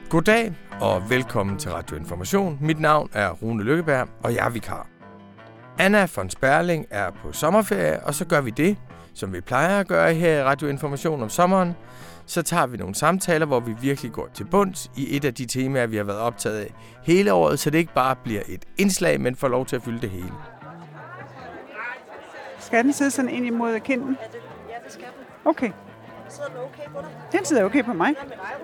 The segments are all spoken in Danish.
Goddag og velkommen til Radio Information. Mit navn er Rune Lykkeberg, og jeg er vikar. Anna von Sperling er på sommerferie, og så gør vi det, som vi plejer at gøre her i Radio Information om sommeren. Så tager vi nogle samtaler, hvor vi virkelig går til bunds i et af de temaer, vi har været optaget af hele året, så det ikke bare bliver et indslag, men får lov til at fylde det hele. Skal den sidde sådan ind imod kinden? Ja, det skal den. Okay. Sidder den okay på dig? Den sidder okay på mig.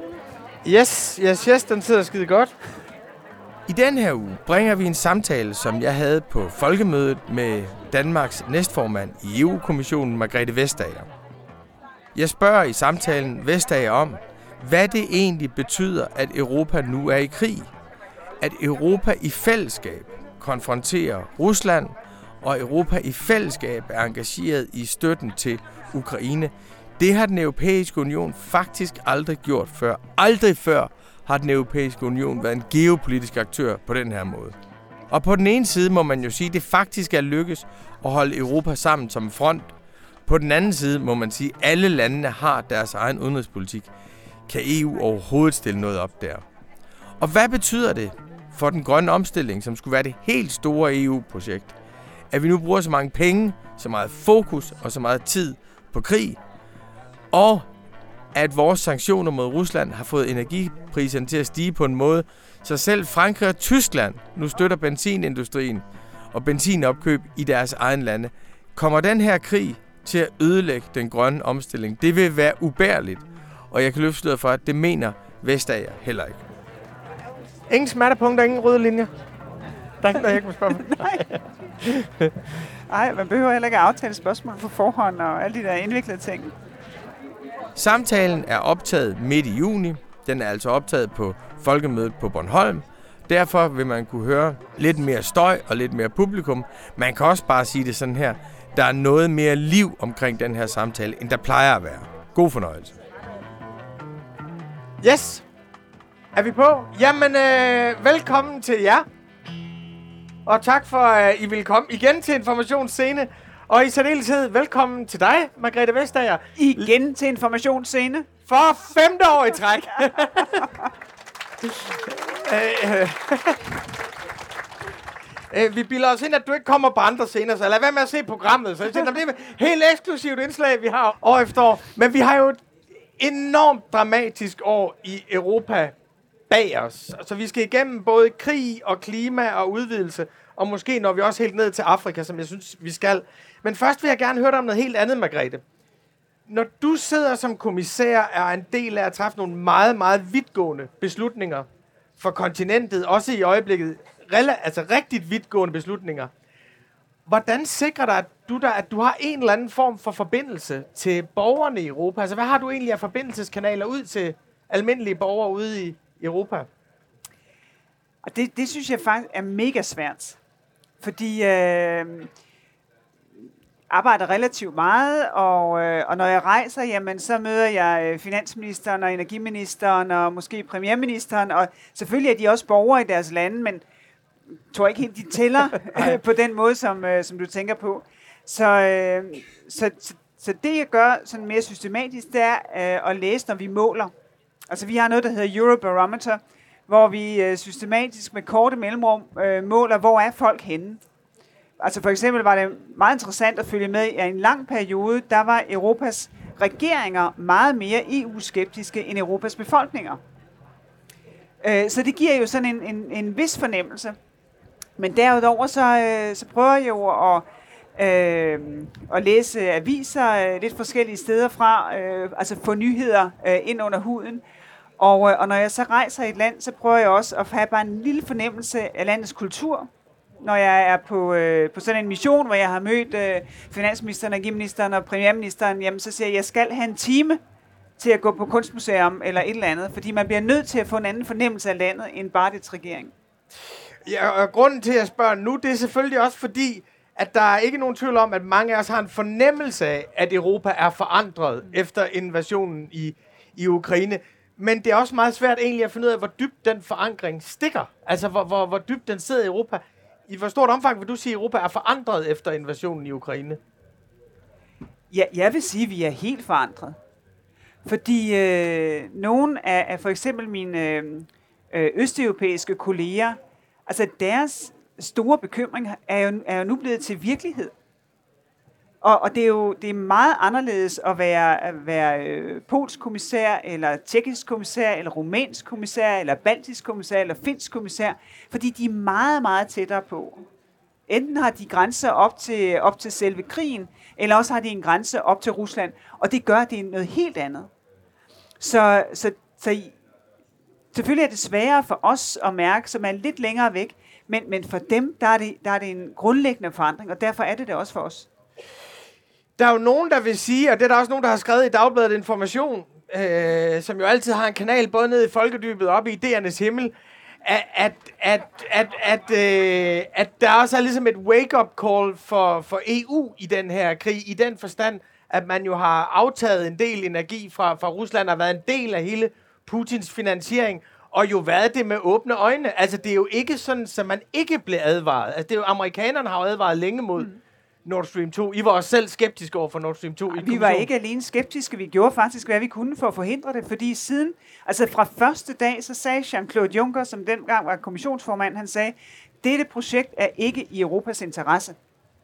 Yes, den sidder skide godt. I den her uge bringer vi en samtale, som jeg havde på folkemødet med Danmarks næstformand i EU-kommissionen, Margrethe Vestager. Jeg spørger i samtalen Vestager om, hvad det egentlig betyder, at Europa nu er i krig. At Europa i fællesskab konfronterer Rusland, og Europa i fællesskab er engageret i støtten til Ukraine. Det har den europæiske union faktisk aldrig gjort før. Aldrig før har den europæiske union været en geopolitisk aktør på den her måde. Og på den ene side må man jo sige, at det faktisk er lykkes at holde Europa sammen som front. På den anden side må man sige, at alle landene har deres egen udenrigspolitik. Kan EU overhovedet stille noget op der? Og hvad betyder det for den grønne omstilling, som skulle være det helt store EU-projekt? At vi nu bruger så mange penge, så meget fokus og så meget tid på krig, og at vores sanktioner mod Rusland har fået energipriserne til at stige på en måde, så selv Frankrig og Tyskland nu støtter benzinindustrien og benzinopkøb i deres egen lande. Kommer den her krig til at ødelægge den grønne omstilling? Det vil være ubærligt, og jeg kan løfte sløret for, at det mener Vestager heller ikke. Ingen smertepunkter, ingen røde linjer. Der er ikke noget, jeg ikke må spørge. Nej, man behøver heller ikke at aftale spørgsmål på forhånd og alle de der indviklede ting. Samtalen er optaget midt i juni. Den er altså optaget på folkemødet på Bornholm. Derfor vil man kunne høre lidt mere støj og lidt mere publikum. Man kan også bare sige det sådan her. Der er noget mere liv omkring den her samtale, end der plejer at være. God fornøjelse. Yes. Er vi på? Jamen, velkommen til jer. Og tak for, at I vil komme igen til Informationsscene. Og i særdeleshed velkommen til dig, Margrethe Vestager. Igen til Informationsscene. For 5. år i træk. Vi bilder os ind, at du ikke kommer på andre scener, så lad være med at se programmet. Så det er et helt eksklusivt indslag, vi har år efter år. Men vi har jo et enormt dramatisk år i Europa bag os. Så vi skal igennem både krig og klima og udvidelse. Og måske når vi også helt ned til Afrika, som jeg synes, vi skal. Men først vil jeg gerne høre dig om noget helt andet, Margrethe. Når du sidder som kommissær, er en del af at træffe nogle meget, meget vidtgående beslutninger for kontinentet, også i øjeblikket, altså rigtig vidtgående beslutninger. Hvordan sikrer dig, at du har en eller anden form for forbindelse til borgerne i Europa? Altså, hvad har du egentlig af forbindelseskanaler ud til almindelige borgere ude i Europa? Og det synes jeg faktisk er mega svært. Fordi arbejder relativt meget, og når jeg rejser, jamen, så møder jeg finansministeren og energiministeren og måske premierministeren, og selvfølgelig er de også borgere i deres lande, men jeg tror ikke helt, de tæller på den måde, som du tænker på. Så det, jeg gør sådan mere systematisk, det er at læse, når vi måler. Altså, vi har noget, der hedder Eurobarometer, hvor vi systematisk med korte mellemrum måler, hvor er folk henne. Altså for eksempel var det meget interessant at følge med, at i en lang periode, der var Europas regeringer meget mere EU-skeptiske end Europas befolkninger. Så det giver jo sådan en vis fornemmelse. Men derudover så prøver jeg jo at læse aviser lidt forskellige steder fra, altså få nyheder ind under huden. Og når jeg så rejser i et land, så prøver jeg også at have bare en lille fornemmelse af landets kultur. Når jeg er på sådan en mission, hvor jeg har mødt finansministeren, energiministeren og premierministeren, jamen så siger jeg skal have en time til at gå på kunstmuseum eller et eller andet, fordi man bliver nødt til at få en anden fornemmelse af landet end bare dets regering. Ja, og grunden til, at jeg spørger nu, det er selvfølgelig også fordi, at der er ikke nogen tvivl om, at mange af os har en fornemmelse af, at Europa er forandret efter invasionen i Ukraine. Men det er også meget svært egentlig at finde ud af, hvor dybt den forankring stikker. Altså, hvor dybt den sidder i Europa. I hvor stort omfang vil du sige, at Europa er forandret efter invasionen i Ukraine? Ja, jeg vil sige, at vi er helt forandret. Fordi nogle af for eksempel mine østeuropæiske kolleger, altså deres store bekymring er jo nu blevet til virkelighed. Og det er meget anderledes at være polsk kommissær, eller tjekkisk kommissær, eller rumænsk kommissær, eller baltisk kommissær, eller finsk kommissær, fordi de er meget, meget tættere på. Enten har de grænser op til selve krigen, eller også har de en grænse op til Rusland, og det gør, det er noget helt andet. Så selvfølgelig er det sværere for os at mærke, som er lidt længere væk, men for dem, der er det en grundlæggende forandring, og derfor er det også for os. Der er jo nogen, der vil sige, og det er der også nogen, der har skrevet i Dagbladet Information, som jo altid har en kanal, både nede i folkedybet og oppe i idéernes himmel, at der også er ligesom et wake-up call for EU i den her krig, i den forstand, at man jo har aftaget en del energi fra Rusland, og været en del af hele Putins finansiering, og jo været det med åbne øjne. Altså, det er jo ikke sådan, at man ikke blev advaret. Altså, det er jo, amerikanerne har jo advaret længe mod Nord Stream 2. I var også selv skeptiske over for Nord Stream 2. Vi var ikke alene skeptiske, vi gjorde faktisk, hvad vi kunne for at forhindre det, fordi siden, altså fra første dag, så sagde Jean-Claude Juncker, som dengang var kommissionsformand, han sagde, dette projekt er ikke i Europas interesse.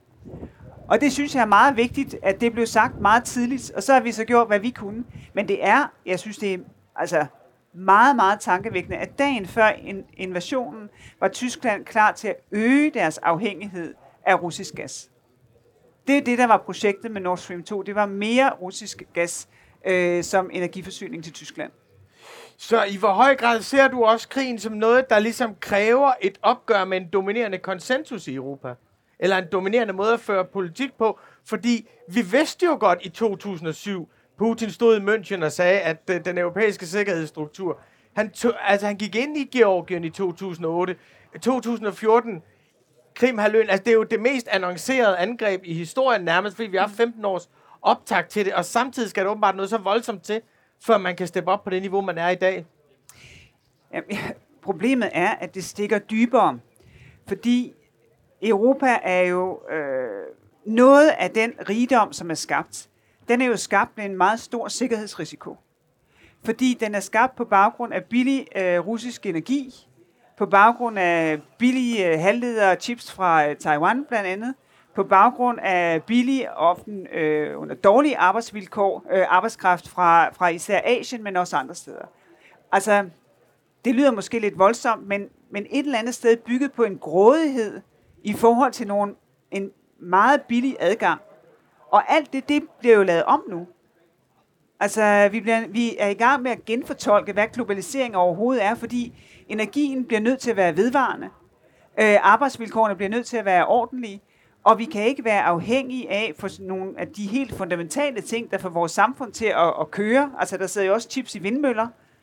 Og det synes jeg er meget vigtigt, at det blev sagt meget tidligt, og så har vi så gjort, hvad vi kunne. Men det er, jeg synes, det er altså meget, meget tankevækkende, at dagen før invasionen var Tyskland klar til at øge deres afhængighed af russisk gas. Det er det, der var projektet med Nord Stream 2. Det var mere russisk gas som energiforsyning til Tyskland. Så i hvor høj grad ser du også krigen som noget, der ligesom kræver et opgør med en dominerende konsensus i Europa? Eller en dominerende måde at føre politik på? Fordi vi vidste jo godt i 2007, Putin stod i München og sagde, at den europæiske sikkerhedsstruktur, han gik ind i Georgien i 2008, 2014, Krimhalvøen, altså det er jo det mest annoncerede angreb i historien nærmest, fordi vi har 15 års optakt til det, og samtidig skal det åbenbart noget så voldsomt til, før man kan steppe op på det niveau, man er i dag. Jamen, problemet er, at det stikker dybere, fordi Europa er jo noget af den rigdom, som er skabt. Den er jo skabt med en meget stor sikkerhedsrisiko, fordi den er skabt på baggrund af billig russisk energi, på baggrund af billige halvledere chips fra Taiwan blandt andet, på baggrund af billig, ofte under dårlige arbejdsvilkår, arbejdskraft fra især Asien, men også andre steder. Altså, det lyder måske lidt voldsomt, men et eller andet sted bygget på en grådighed i forhold til en meget billig adgang. Og alt det bliver jo lavet om nu. Altså, vi er i gang med at genfortolke, hvad globalisering overhovedet er, fordi energien bliver nødt til at være vedvarende. Arbejdsvilkårene bliver nødt til at være ordentlige. Og vi kan ikke være afhængige af for nogle af de helt fundamentale ting, der får vores samfund til at køre. Altså, der sidder jo også chips i vindmøller.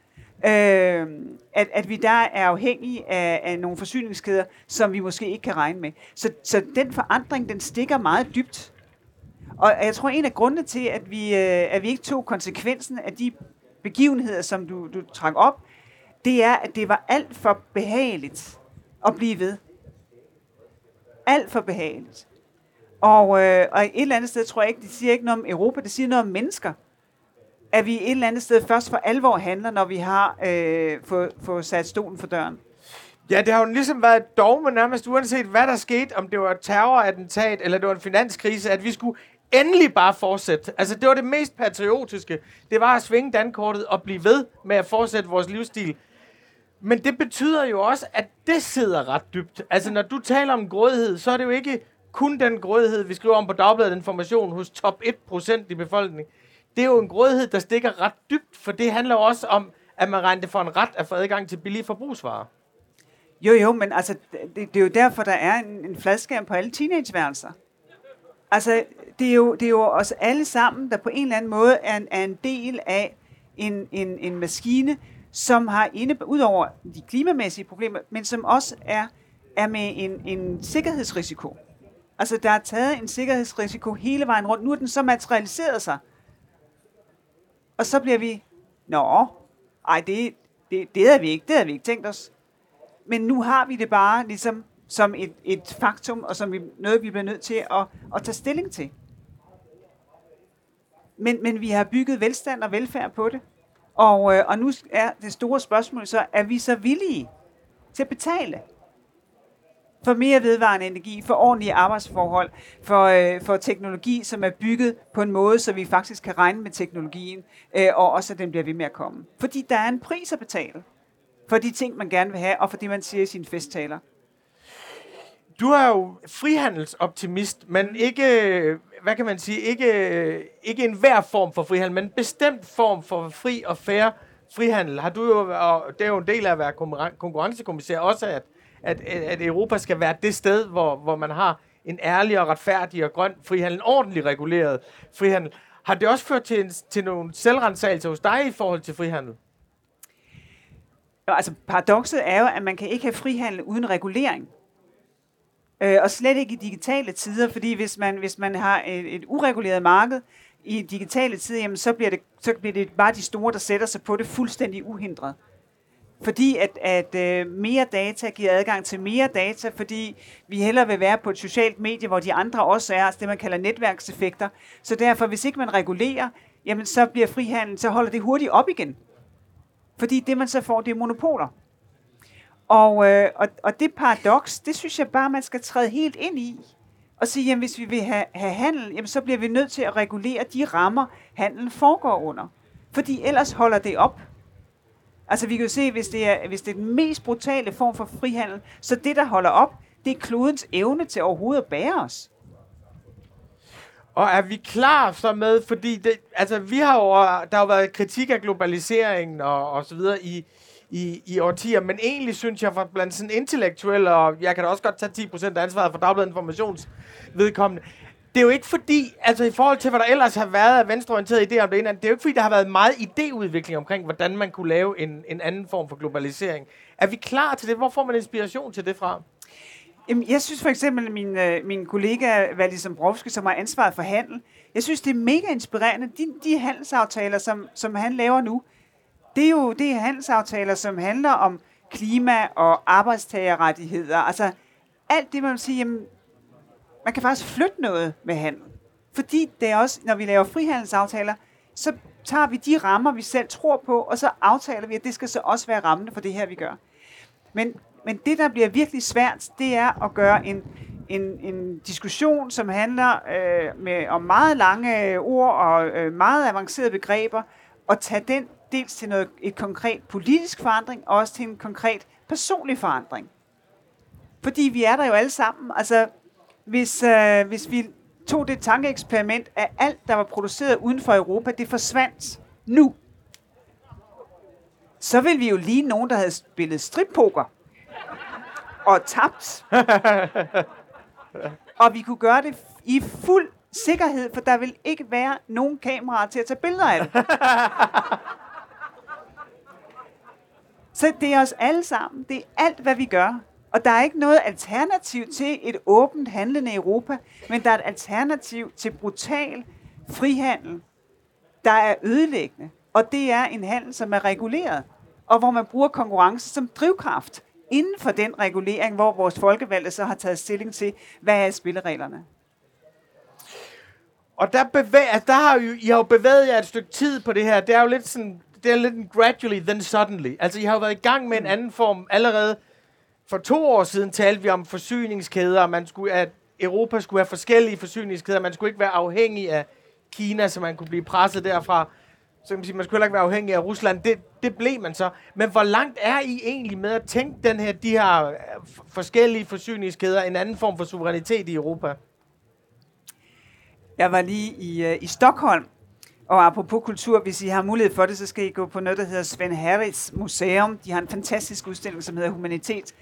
At vi der er afhængige af nogle forsyningskæder, som vi måske ikke kan regne med. Så den forandring, den stikker meget dybt. Og jeg tror, en af grundene til, at vi ikke tog konsekvensen af de begivenheder, som du trak op, det er, at det var alt for behageligt at blive ved. Alt for behageligt. Og et eller andet sted tror jeg ikke, det siger ikke noget om Europa, det siger noget om mennesker. At vi et eller andet sted først for alvor handler, når vi har fået sat stolen for døren. Ja, det har jo ligesom været et dogme nærmest, uanset hvad der skete, om det var et terrorattentat, eller det var en finanskrise, at vi skulle endelig bare fortsætte. Altså, det var det mest patriotiske. Det var at svinge dankortet og blive ved med at fortsætte vores livsstil. Men det betyder jo også, at det sidder ret dybt. Altså, når du taler om grådighed, så er det jo ikke kun den grådighed, vi skriver om på Dagbladet Information hos top 1% i befolkningen. Det er jo en grådighed, der stikker ret dybt, for det handler jo også om, at man regner det for en ret at få adgang til billige forbrugsvarer. Jo, men altså, det er jo derfor, der er en fladskærm på alle teenageværelser. Altså, det er jo os alle sammen, der på en eller anden måde er en del af en maskine, som har ud over de klimamæssige problemer, men som også er med en sikkerhedsrisiko. Altså, der er taget en sikkerhedsrisiko hele vejen rundt. Nu er den så materialiseret sig. Og så bliver vi, det havde vi ikke tænkt os. Men nu har vi det bare ligesom som et faktum, og som noget, vi bliver nødt til at tage stilling til. Men vi har bygget velstand og velfærd på det. Og nu er det store spørgsmål så, er vi så villige til at betale for mere vedvarende energi, for ordentlige arbejdsforhold, for teknologi, som er bygget på en måde, så vi faktisk kan regne med teknologien, og også at den bliver ved med at komme. Fordi der er en pris at betale for de ting, man gerne vil have, og for det, man siger i sine festtaler. Du er jo frihandelsoptimist, men ikke, hvad kan man sige, ikke enhver form for frihandel, men en bestemt form for fri og fair frihandel. Har du jo, og det er jo en del af at være konkurrencekommissær, også at Europa skal være det sted, hvor man har en ærlig og retfærdig og grøn frihandel, en ordentlig reguleret frihandel. Har det også ført til nogle selvrensagelser hos dig i forhold til frihandel? Altså paradokset er jo, at man kan ikke have frihandel uden regulering. Og slet ikke i digitale tider, fordi hvis man har et ureguleret marked i digitale tider, jamen så bliver det bare de store, der sætter sig på det fuldstændig uhindret. Fordi at mere data giver adgang til mere data, fordi vi hellere vil være på et socialt medie, hvor de andre også er, altså det man kalder netværkseffekter. Så derfor, hvis ikke man regulerer, jamen så bliver frihandel, så holder det hurtigt op igen. Fordi det man så får, det er monopoler. Og det paradoks, det synes jeg bare, man skal træde helt ind i. Og sige, jamen hvis vi vil have handel, jamen så bliver vi nødt til at regulere de rammer, handelen foregår under. Fordi ellers holder det op. Altså vi kan jo se, hvis det er den mest brutale form for frihandel, så det, der holder op, det er klodens evne til overhovedet at bære os. Og er vi klar så med, fordi det, altså der har jo været kritik af globaliseringen og så videre i årtier, men egentlig synes jeg, for blandt sådan intellektuelle, og jeg kan da også godt tage 10% af ansvaret for Dagbladet Informations vedkommende, det er jo ikke fordi, altså i forhold til, hvad der ellers har været af venstreorienterede idéer om det ene, det er jo ikke fordi, der har været meget idéudvikling omkring, hvordan man kunne lave en anden form for globalisering. Er vi klar til det? Hvor får man inspiration til det fra? Jamen, jeg synes for eksempel, min kollega Valdis Dombrovskis, som har ansvaret for handel, jeg synes, det er mega inspirerende. De handelsaftaler, som han laver nu, det er handelsaftaler, som handler om klima og arbejdstagerrettigheder. Altså alt det, man vil sige, jamen, man kan faktisk flytte noget med handel. Fordi det er også, når vi laver frihandelsaftaler, så tager vi de rammer, vi selv tror på, og så aftaler vi, at det skal så også være rammende for det her, vi gør. Men det, der bliver virkelig svært, det er at gøre en diskussion, som handler om meget lange ord og meget avancerede begreber, og tage den dels til et konkret politisk forandring, og også til en konkret personlig forandring. Fordi vi er der jo alle sammen. Altså, hvis vi tog det tankeeksperiment, at alt, der var produceret uden for Europa, det forsvandt nu, så ville vi jo lige nogen, der havde spillet strippoker og tabt. Og vi kunne gøre det i fuld sikkerhed, for der vil ikke være nogen kameraer til at tage billeder af det. Så det er os alle sammen. Det er alt, hvad vi gør. Og der er ikke noget alternativ til et åbent handlende Europa, men der er et alternativ til brutal frihandel, der er ødelæggende. Og det er en handel, som er reguleret, og hvor man bruger konkurrence som drivkraft inden for den regulering, hvor vores folkevalgte så har taget stilling til, hvad er spillereglerne. Og der har I har jo bevæget jer et stykke tid på det her. Det er jo lidt sådan, det er lidt en gradually, then suddenly. Altså, I har jo været i gang med en anden form. Allerede for 2 år siden talte vi om forsyningskæder, at Europa skulle have forskellige forsyningskæder. Man skulle ikke være afhængig af Kina, så man kunne blive presset derfra. Så kan man sige, man skulle heller ikke være afhængig af Rusland. Det blev man så. Men hvor langt er I egentlig med at tænke de her forskellige forsyningskæder, en anden form for suverænitet i Europa? Jeg var lige i Stockholm, og apropos kultur, hvis I har mulighed for det, så skal I gå på noget, der hedder Sven Harrits Museum. De har en fantastisk udstilling, som hedder Humanitet.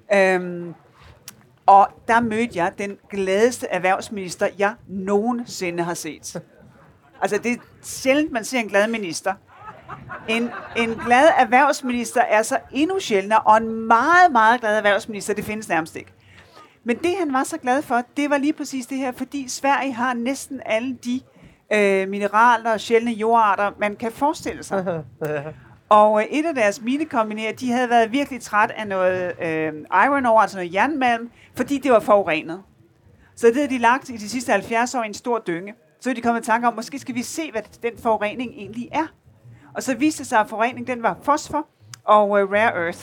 Og der mødte jeg den gladeste erhvervsminister, jeg nogensinde har set. Altså, det er sjældent, man ser en glad minister. En glad erhvervsminister er så endnu sjældnere, og en meget, meget glad erhvervsminister, det findes nærmest ikke. Men det, han var så glad for, det var lige præcis det her, fordi Sverige har næsten alle de mineraler og sjældne jordarter, man kan forestille sig. Og et af deres minekombinerer, de havde været virkelig træt af noget iron ore, altså noget jernmalm, fordi det var forurenet. Så det havde de lagt i de sidste 70 år i en stor dynge. så er de kommet i tanke om, måske skal vi se, hvad den forurening egentlig er. Og så viste det sig, at forureningen den var fosfor og rare earth.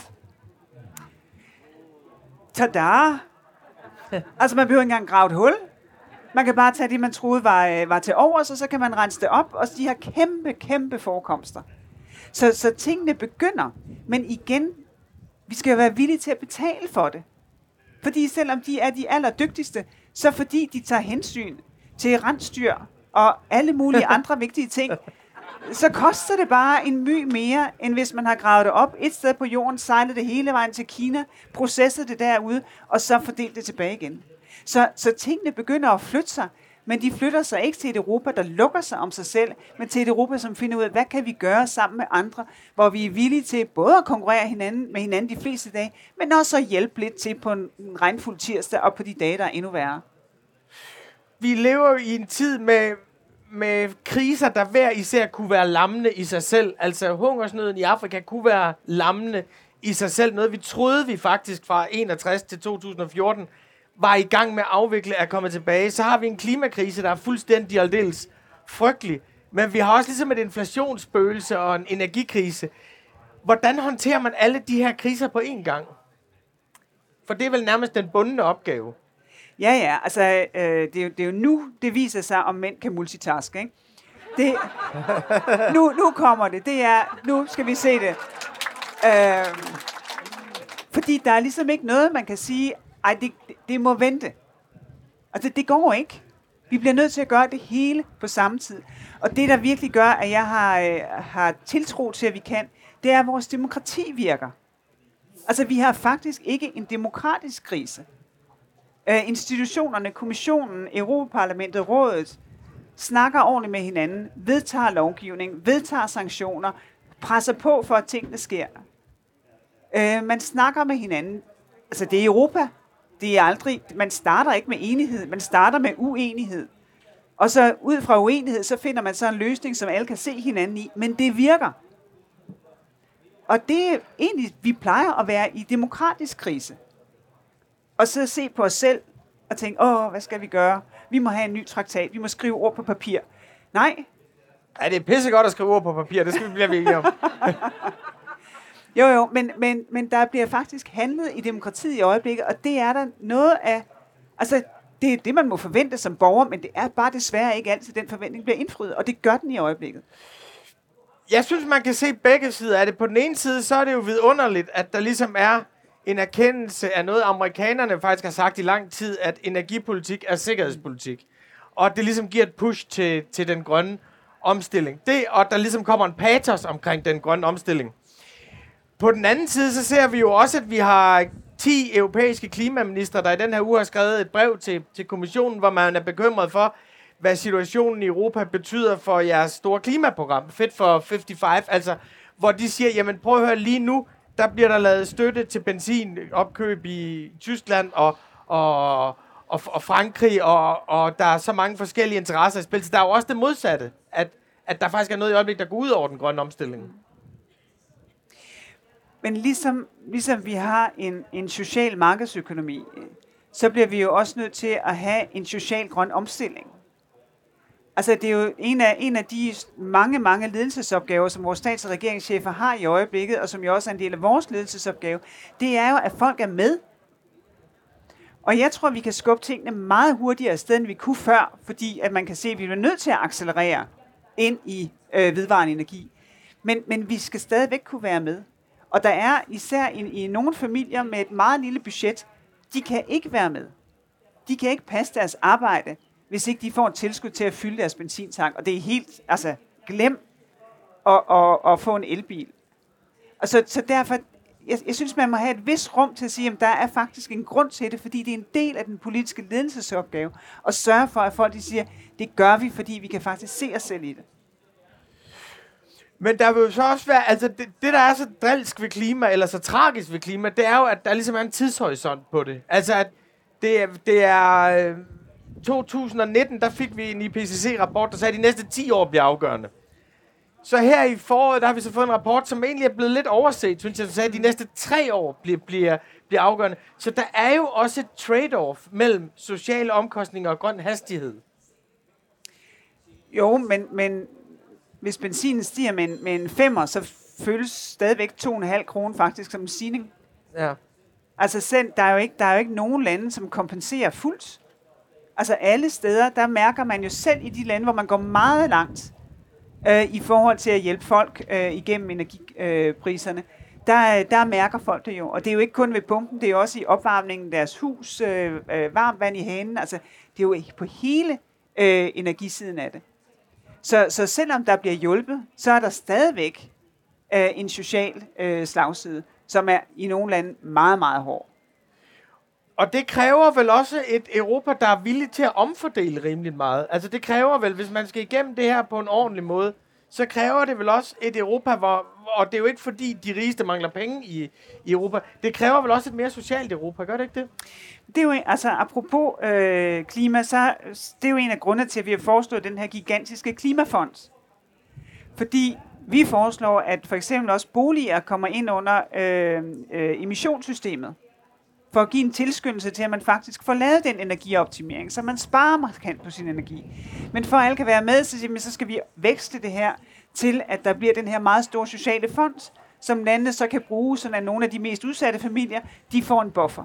Tada! Altså man behøver ikke engang grave et hul. Man kan bare tage det, man troede var til overs, og så kan man rense det op, og de har kæmpe forekomster. Så tingene begynder, men igen, vi skal jo være villige til at betale for det. Fordi selvom de er de allerdygtigste, så fordi de tager hensyn til rensdyr og alle mulige andre vigtige ting, så koster det bare en my mere, end hvis man har gravet det op et sted på jorden, sejlet det hele vejen til Kina, processet det derude, og så fordelt det tilbage igen. Så tingene begynder at flytte sig, men de flytter sig ikke til et Europa, der lukker sig om sig selv, men til et Europa, som finder ud af, hvad kan vi gøre sammen med andre, hvor vi er villige til både at konkurrere med hinanden de fleste dage, men også at hjælpe lidt til på en regnfuld tirsdag og på de dage, der er endnu værre. Vi lever jo i en tid med kriser, der hver især kunne være lammende i sig selv. Altså hungersnøden i Afrika kunne være lammende i sig selv. Noget vi troede vi faktisk fra 61 til 2014 var i gang med at afvikle er kommet tilbage. Så har vi en klimakrise, der er fuldstændig aldeles frygtelig. Men vi har også ligesom et inflationsspøgelse og en energikrise. Hvordan håndterer man alle de her kriser på én gang? For det er vel nærmest den bundne opgave. Ja, altså det er jo nu, det viser sig, om mænd kan multitaske, ikke? Nu kommer det. Nu skal vi se det. Fordi der er ligesom ikke noget, man kan sige, det må vente. Altså, det går ikke. Vi bliver nødt til at gøre det hele på samme tid. Og det, der virkelig gør, at jeg har tiltro til, at vi kan, det er, at vores demokrati virker. Altså, vi har faktisk ikke en demokratisk krise. Institutionerne, kommissionen, Europaparlamentet, rådet, snakker ordentligt med hinanden, vedtager lovgivning, vedtager sanktioner, presser på for, at tingene sker. Man snakker med hinanden. Altså, det er Europa. Det er aldrig, man starter ikke med enighed, man starter med uenighed. Og så ud fra uenighed, så finder man så en løsning, som alle kan se hinanden i, men det virker. Og det er egentlig, vi plejer at være i demokratisk krise. Og så se på os selv og tænke, hvad skal vi gøre? Vi må have en ny traktat, vi må skrive ord på papir. Nej. Ja, det er pissegodt at skrive ord på papir, det skal vi blive enige om. Jo, men der bliver faktisk handlet i demokratiet i øjeblikket, og det er der noget af, altså det er det, man må forvente som borger, men det er bare desværre ikke altid, den forventning bliver indfriet, og det gør den i øjeblikket. Jeg synes, man kan se begge sider af det. På den ene side, så er det jo vidunderligt, at der ligesom er en erkendelse af noget, amerikanerne faktisk har sagt i lang tid, at energipolitik er sikkerhedspolitik. Og det ligesom giver et push til den grønne omstilling. Og der ligesom kommer en patos omkring den grønne omstilling. På den anden side, så ser vi jo også, at vi har 10 europæiske klimaministre, der i den her uge har skrevet et brev til kommissionen, hvor man er bekymret for, hvad situationen i Europa betyder for jeres store klimaprogram, Fit for 55, altså hvor de siger, jamen prøv at høre, lige nu, der bliver der lavet støtte til benzinopkøb i Tyskland og Frankrig, og der er så mange forskellige interesser i spil. Så der er jo også det modsatte, at der faktisk er noget i øjeblikket, der går ud over den grønne omstilling. Men ligesom vi har en social markedsøkonomi, så bliver vi jo også nødt til at have en social grøn omstilling. Altså det er jo en af de mange ledelsesopgaver, som vores stats- og regeringschefer har i øjeblikket, og som jo også er en del af vores ledelsesopgave, det er jo, at folk er med. Og jeg tror, vi kan skubbe tingene meget hurtigere afsted, end vi kunne før, fordi at man kan se, at vi er nødt til at accelerere ind i vedvarende energi. Men vi skal stadigvæk kunne være med. Og der er især i nogle familier med et meget lille budget, de kan ikke være med. De kan ikke passe deres arbejde, hvis ikke de får et tilskud til at fylde deres benzintank. Og det er helt, glem at få en elbil. Og så derfor, jeg synes, man må have et vis rum til at sige, at der er faktisk en grund til det, fordi det er en del af den politiske ledelsesopgave, at sørge for, at folk de siger, det gør vi, fordi vi kan faktisk se os selv i det. Men der vil jo så også være, altså det der er så drilsk ved klima, eller så tragisk ved klima, det er jo, at der ligesom er en tidshorisont på det. Altså at det er 2019, der fik vi en IPCC-rapport, der sagde, at de næste 10 år bliver afgørende. Så her i foråret, der har vi så fået en rapport, som egentlig er blevet lidt overset, synes jeg, der sagde, at de næste 3 år bliver afgørende. Så der er jo også et trade-off mellem sociale omkostninger og grøn hastighed. Jo, men hvis benzinen stiger med en 5'er, så føles stadigvæk 2,5 kroner faktisk som en stigning. Ja. Altså selv, der er jo ikke nogen lande, som kompenserer fuldt. Altså alle steder, der mærker man jo selv i de lande, hvor man går meget langt i forhold til at hjælpe folk igennem energipriserne. Der mærker folk det jo. Og det er jo ikke kun ved pumpen, det er jo også i opvarmningen af deres hus, varmt vand i hanen. Altså det er jo på hele energisiden af det. Så selvom der bliver hjulpet, så er der stadigvæk en social slagside, som er i nogle lande meget, meget hård. Og det kræver vel også et Europa, der er villig til at omfordele rimeligt meget. Altså det kræver vel, hvis man skal igennem det her på en ordentlig måde, så kræver det vel også et Europa, og det er jo ikke fordi de rigeste mangler penge i Europa, det kræver vel også et mere socialt Europa, gør det ikke det? Det er jo, altså apropos klima, så det er jo en af grundene til, at vi har foreslået den her gigantiske klimafond. Fordi vi foreslår, at for eksempel også boliger kommer ind under emissionssystemet, for at give en tilskyndelse til, at man faktisk får lavet den energioptimering, så man sparer markant på sin energi. Men for at alle kan være med, så skal vi vækste det her til, at der bliver den her meget store sociale fond, som landene så kan bruge, så nogle af de mest udsatte familier, de får en buffer.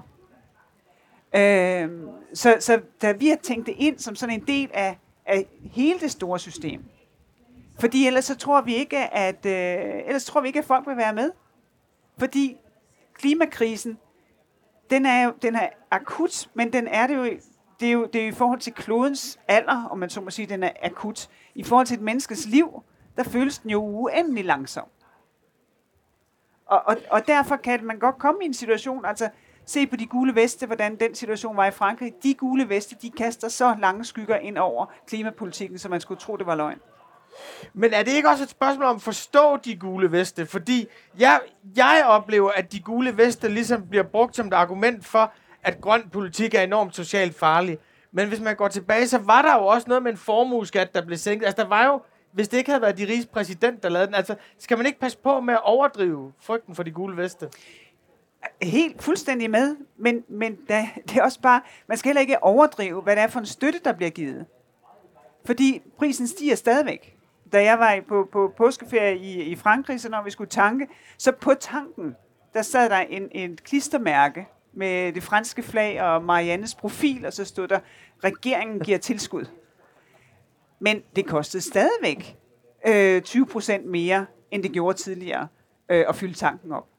Så da vi har tænkt det ind som sådan en del af hele det store system, fordi ellers tror vi ikke, at folk vil være med. Fordi klimakrisen, den er akut, men den er det er jo i forhold til klodens alder, om man så må sige, den er akut. I forhold til et menneskes liv, der føles den jo uendelig langsom. Og derfor kan man godt komme i en situation, altså se på de gule veste, hvordan den situation var i Frankrig. De gule veste, de kaster så lange skygger ind over klimapolitikken, så man skulle tro, det var løgn. Men er det ikke også et spørgsmål om at forstå de gule veste? Fordi jeg oplever, at de gule veste ligesom bliver brugt som et argument for, at grøn politik er enormt socialt farlig. Men hvis man går tilbage, så var der jo også noget med en formueskat, der blev sænket. Altså der var jo, hvis det ikke havde været de riges præsident, der lavede den, altså skal man ikke passe på med at overdrive frygten for de gule veste? Helt fuldstændig med, men det er også bare, man skal heller ikke overdrive, hvad det er for en støtte, der bliver givet. Fordi prisen stiger stadigvæk. Da jeg var på påskeferie i Frankrig, så når vi skulle tanke, så på tanken, der sad der en klistermærke med det franske flag og Mariannes profil, og så stod der, regeringen giver tilskud. Men det kostede stadigvæk 20% mere, end det gjorde tidligere, at fylde tanken op.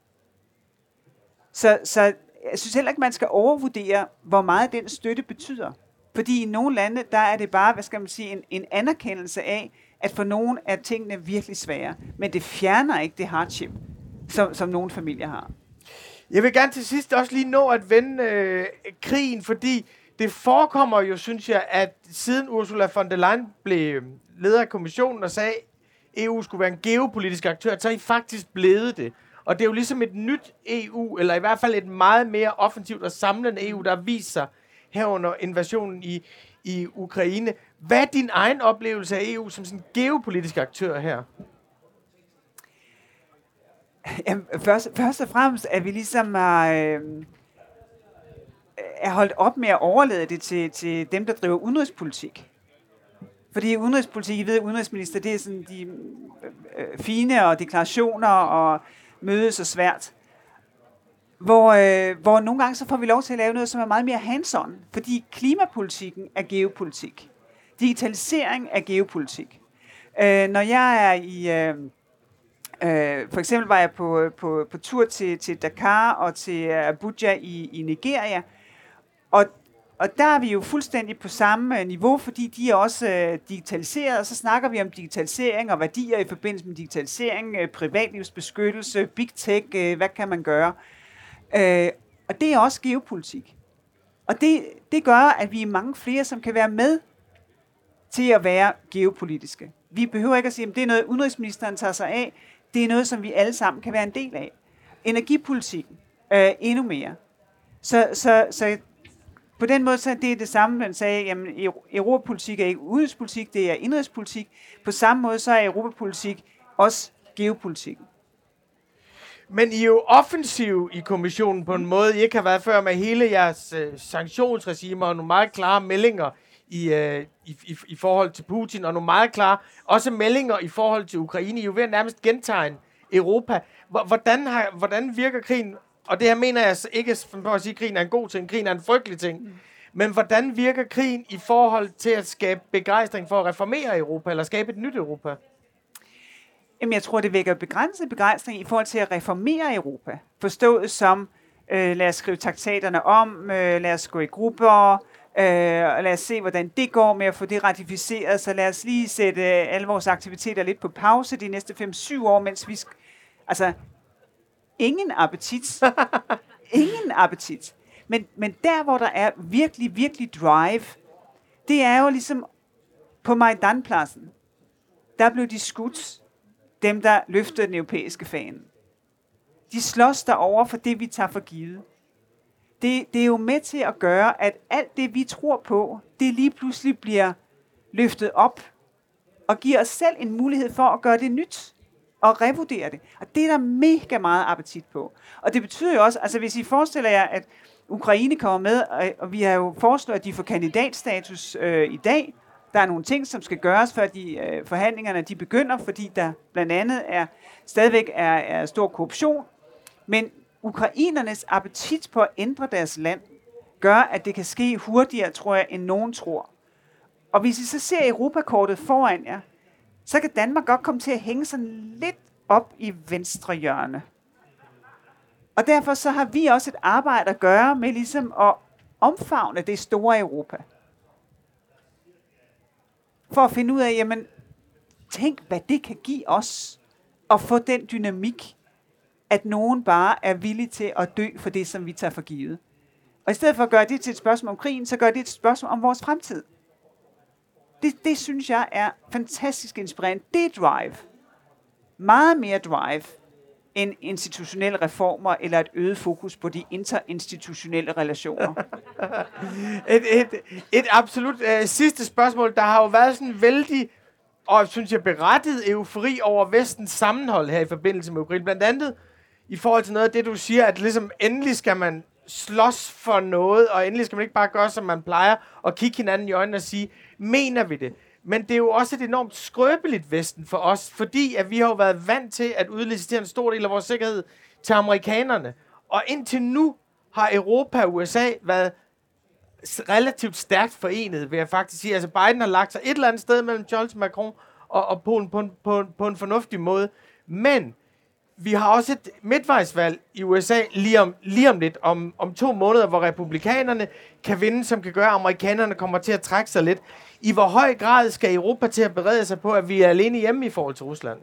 Så jeg synes heller ikke, man skal overvurdere, hvor meget den støtte betyder. Fordi i nogle lande, der er det bare, hvad skal man sige, en anerkendelse af, at for nogen er tingene virkelig svære. Men det fjerner ikke det hardship, som nogle familier har. Jeg vil gerne til sidst også lige nå at vende krigen, fordi det forekommer jo, synes jeg, at siden Ursula von der Leyen blev leder af kommissionen og sagde, at EU skulle være en geopolitisk aktør, så er I faktisk blevet det. Og det er jo ligesom et nyt EU, eller i hvert fald et meget mere offensivt og samlende EU, der viser sig herunder invasionen i Ukraine. Hvad er din egen oplevelse af EU som sådan en geopolitisk aktør her? Jamen, først og fremmest er vi ligesom er holdt op med at overlade det til dem, der driver udenrigspolitik. Fordi udenrigspolitik, I ved, udenrigsminister, det er sådan de fine og deklarationer og mødes og svært. Hvor nogle gange så får vi lov til at lave noget, som er meget mere hands-on. Fordi klimapolitikken er geopolitik. Digitalisering er geopolitik. Når jeg er i... for eksempel var jeg på tur til Dakar og til Abuja i Nigeria. Og der er vi jo fuldstændig på samme niveau, fordi de er også digitaliseret, og så snakker vi om digitalisering og værdier i forbindelse med digitalisering, privatlivsbeskyttelse, big tech, hvad kan man gøre? Og det er også geopolitik. Og det gør, at vi er mange flere, som kan være med til at være geopolitiske. Vi behøver ikke at sige, at det er noget, udenrigsministeren tager sig af. Det er noget, som vi alle sammen kan være en del af. Energipolitikken endnu mere. Så på den måde så er det samme, man sagde, jamen europapolitik er ikke udenrigspolitik, det er indrigspolitik. På samme måde så er europapolitik også geopolitikken. Men I er jo offensiv i kommissionen på en måde, I ikke har været før med hele jeres sanktionsregimer og nogle meget klare meldinger i forhold til Putin, og nogle meget klare også meldinger i forhold til Ukraine. I er jo ved at nærmest gentegne Europa. Hvordan virker krigen? Og det her mener jeg ikke for at sige, at krigen er en god ting, krigen er en frygtelig ting. Men hvordan virker krigen i forhold til at skabe begejstring for at reformere Europa, eller skabe et nyt Europa? Jamen, jeg tror, det vækker begrænset begejstring i forhold til at reformere Europa. Forstået som, lad os skrive traktaterne om, lad os gå i grupper, og lad os se, hvordan det går med at få det ratificeret. Så lad os lige sætte alle vores aktiviteter lidt på pause de næste 5-7 år, mens vi... Altså, ingen appetit. Ingen appetit. Men der, hvor der er virkelig, virkelig drive, det er jo ligesom på Majdanpladsen. Der blev de skudt, dem der løftede den europæiske fane. De slås derover for det, vi tager for givet. Det er jo med til at gøre, at alt det, vi tror på, det lige pludselig bliver løftet op og giver os selv en mulighed for at gøre det nyt og revurdere det. Og det er der mega meget appetit på. Og det betyder jo også, altså hvis I forestiller jer, at Ukraine kommer med, og vi har jo foreslået, at de får kandidatstatus i dag. Der er nogle ting, som skal gøres, før forhandlingerne de begynder, fordi der blandt andet stadigvæk er stor korruption. Men ukrainernes appetit på at ændre deres land gør, at det kan ske hurtigere, tror jeg, end nogen tror. Og hvis I så ser Europakortet foran jer, så kan Danmark godt komme til at hænge sådan lidt op i venstre hjørne. Og derfor så har vi også et arbejde at gøre med ligesom at omfavne det store Europa. For at finde ud af, jamen, tænk hvad det kan give os, at få den dynamik, at nogen bare er villig til at dø for det, som vi tager for givet. Og i stedet for at gøre det til et spørgsmål om krigen, så gør det et spørgsmål om vores fremtid. Det synes jeg er fantastisk inspirerende. Det er drive. Meget mere drive end institutionelle reformer eller et øget fokus på de interinstitutionelle relationer. Et absolut sidste spørgsmål. Der har jo været sådan en vældig, og synes jeg berettiget eufori over Vestens sammenhold her i forbindelse med Ukraine. Blandt andet i forhold til noget af det, du siger, at ligesom endelig skal man slås for noget, og endelig skal man ikke bare gøre, som man plejer, og kigge hinanden i øjnene og sige, mener vi det? Men det er jo også et enormt skrøbeligt Vesten for os, fordi at vi har jo været vant til at udlicitere en stor del af vores sikkerhed til amerikanerne. Og indtil nu har Europa og USA været relativt stærkt forenet, vil jeg faktisk sige. Altså Biden har lagt sig et eller andet sted mellem Scholz, Macron og Polen på en fornuftig måde. Men vi har også et midtvejsvalg i USA lige om lidt, om 2 måneder, hvor republikanerne kan vinde, som kan gøre, at amerikanerne kommer til at trække sig lidt. I hvor høj grad skal Europa til at berede sig på, at vi er alene hjemme i forhold til Rusland?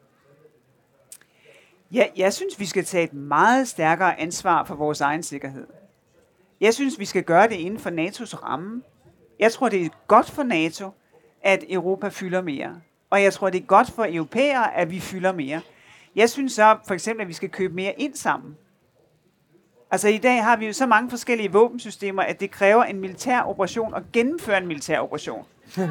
Ja, jeg synes, vi skal tage et meget stærkere ansvar for vores egen sikkerhed. Jeg synes, vi skal gøre det inden for NATO's ramme. Jeg tror, det er godt for NATO, at Europa fylder mere. Og jeg tror, det er godt for europæere, at vi fylder mere. Jeg synes så for eksempel, at vi skal købe mere ind sammen. Altså i dag har vi jo så mange forskellige våbensystemer, at det kræver en militær operation at gennemføre en militær operation.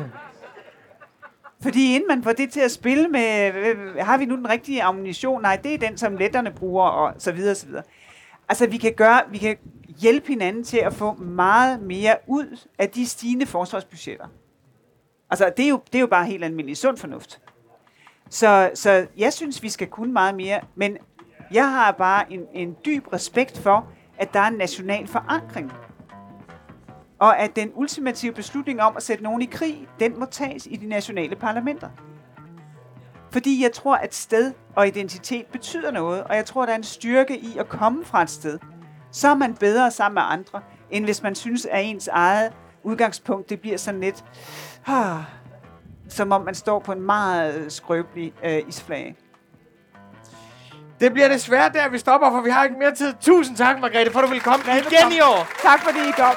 Fordi inden man får det til at spille med, har vi nu den rigtige ammunition? Nej, det er den, som letterne bruger, og så videre, så videre. Altså vi kan hjælpe hinanden til at få meget mere ud af de stigende forsvarsbudgetter. Altså det er jo bare helt almindelig sund fornuft. Så jeg synes, vi skal kunne meget mere, men jeg har bare en dyb respekt for, at der er en national forankring. Og at den ultimative beslutning om at sætte nogen i krig, den må tages i de nationale parlamenter. Fordi jeg tror, at sted og identitet betyder noget, og jeg tror, der er en styrke i at komme fra et sted. Så er man bedre sammen med andre, end hvis man synes, at ens eget udgangspunkt, det bliver sådan lidt, som om man står på en meget skrøbelig isflage. Det bliver desværre der, vi stopper, for vi har ikke mere tid. Tusind tak, Margrethe, for at du ville komme igen i år. Tak fordi I kom.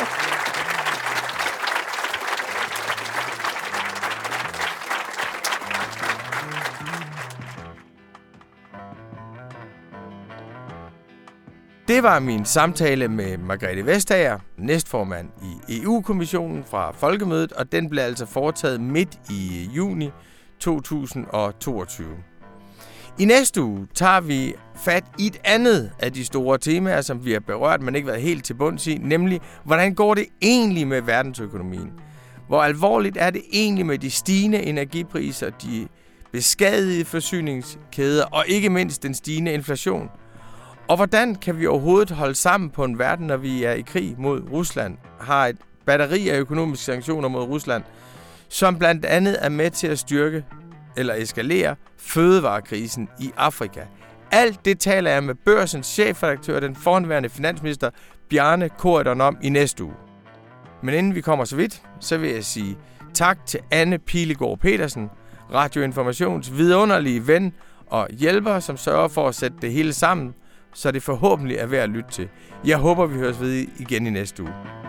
Det var min samtale med Margrethe Vestager, næstformand i EU-kommissionen fra Folkemødet, og den blev altså foretaget midt i juni 2022. I næste uge tager vi fat i et andet af de store temaer, som vi har berørt, men ikke været helt til bunds i, nemlig hvordan går det egentlig med verdensøkonomien? Hvor alvorligt er det egentlig med de stigende energipriser, de beskadigede forsyningskæder og ikke mindst den stigende inflation? Og hvordan kan vi overhovedet holde sammen på en verden, når vi er i krig mod Rusland, har et batteri af økonomiske sanktioner mod Rusland, som blandt andet er med til at styrke eller eskalere fødevarekrisen i Afrika? Alt det taler jeg med Børsens chefredaktør, den forhenværende finansminister Bjarne Corydon om i næste uge. Men inden vi kommer så vidt, så vil jeg sige tak til Anne Pilegaard Petersen, Radio Informations vidunderlige ven og hjælper, som sørger for at sætte det hele sammen, så det forhåbentlig er værd at lytte til. Jeg håber, vi høres ved igen i næste uge.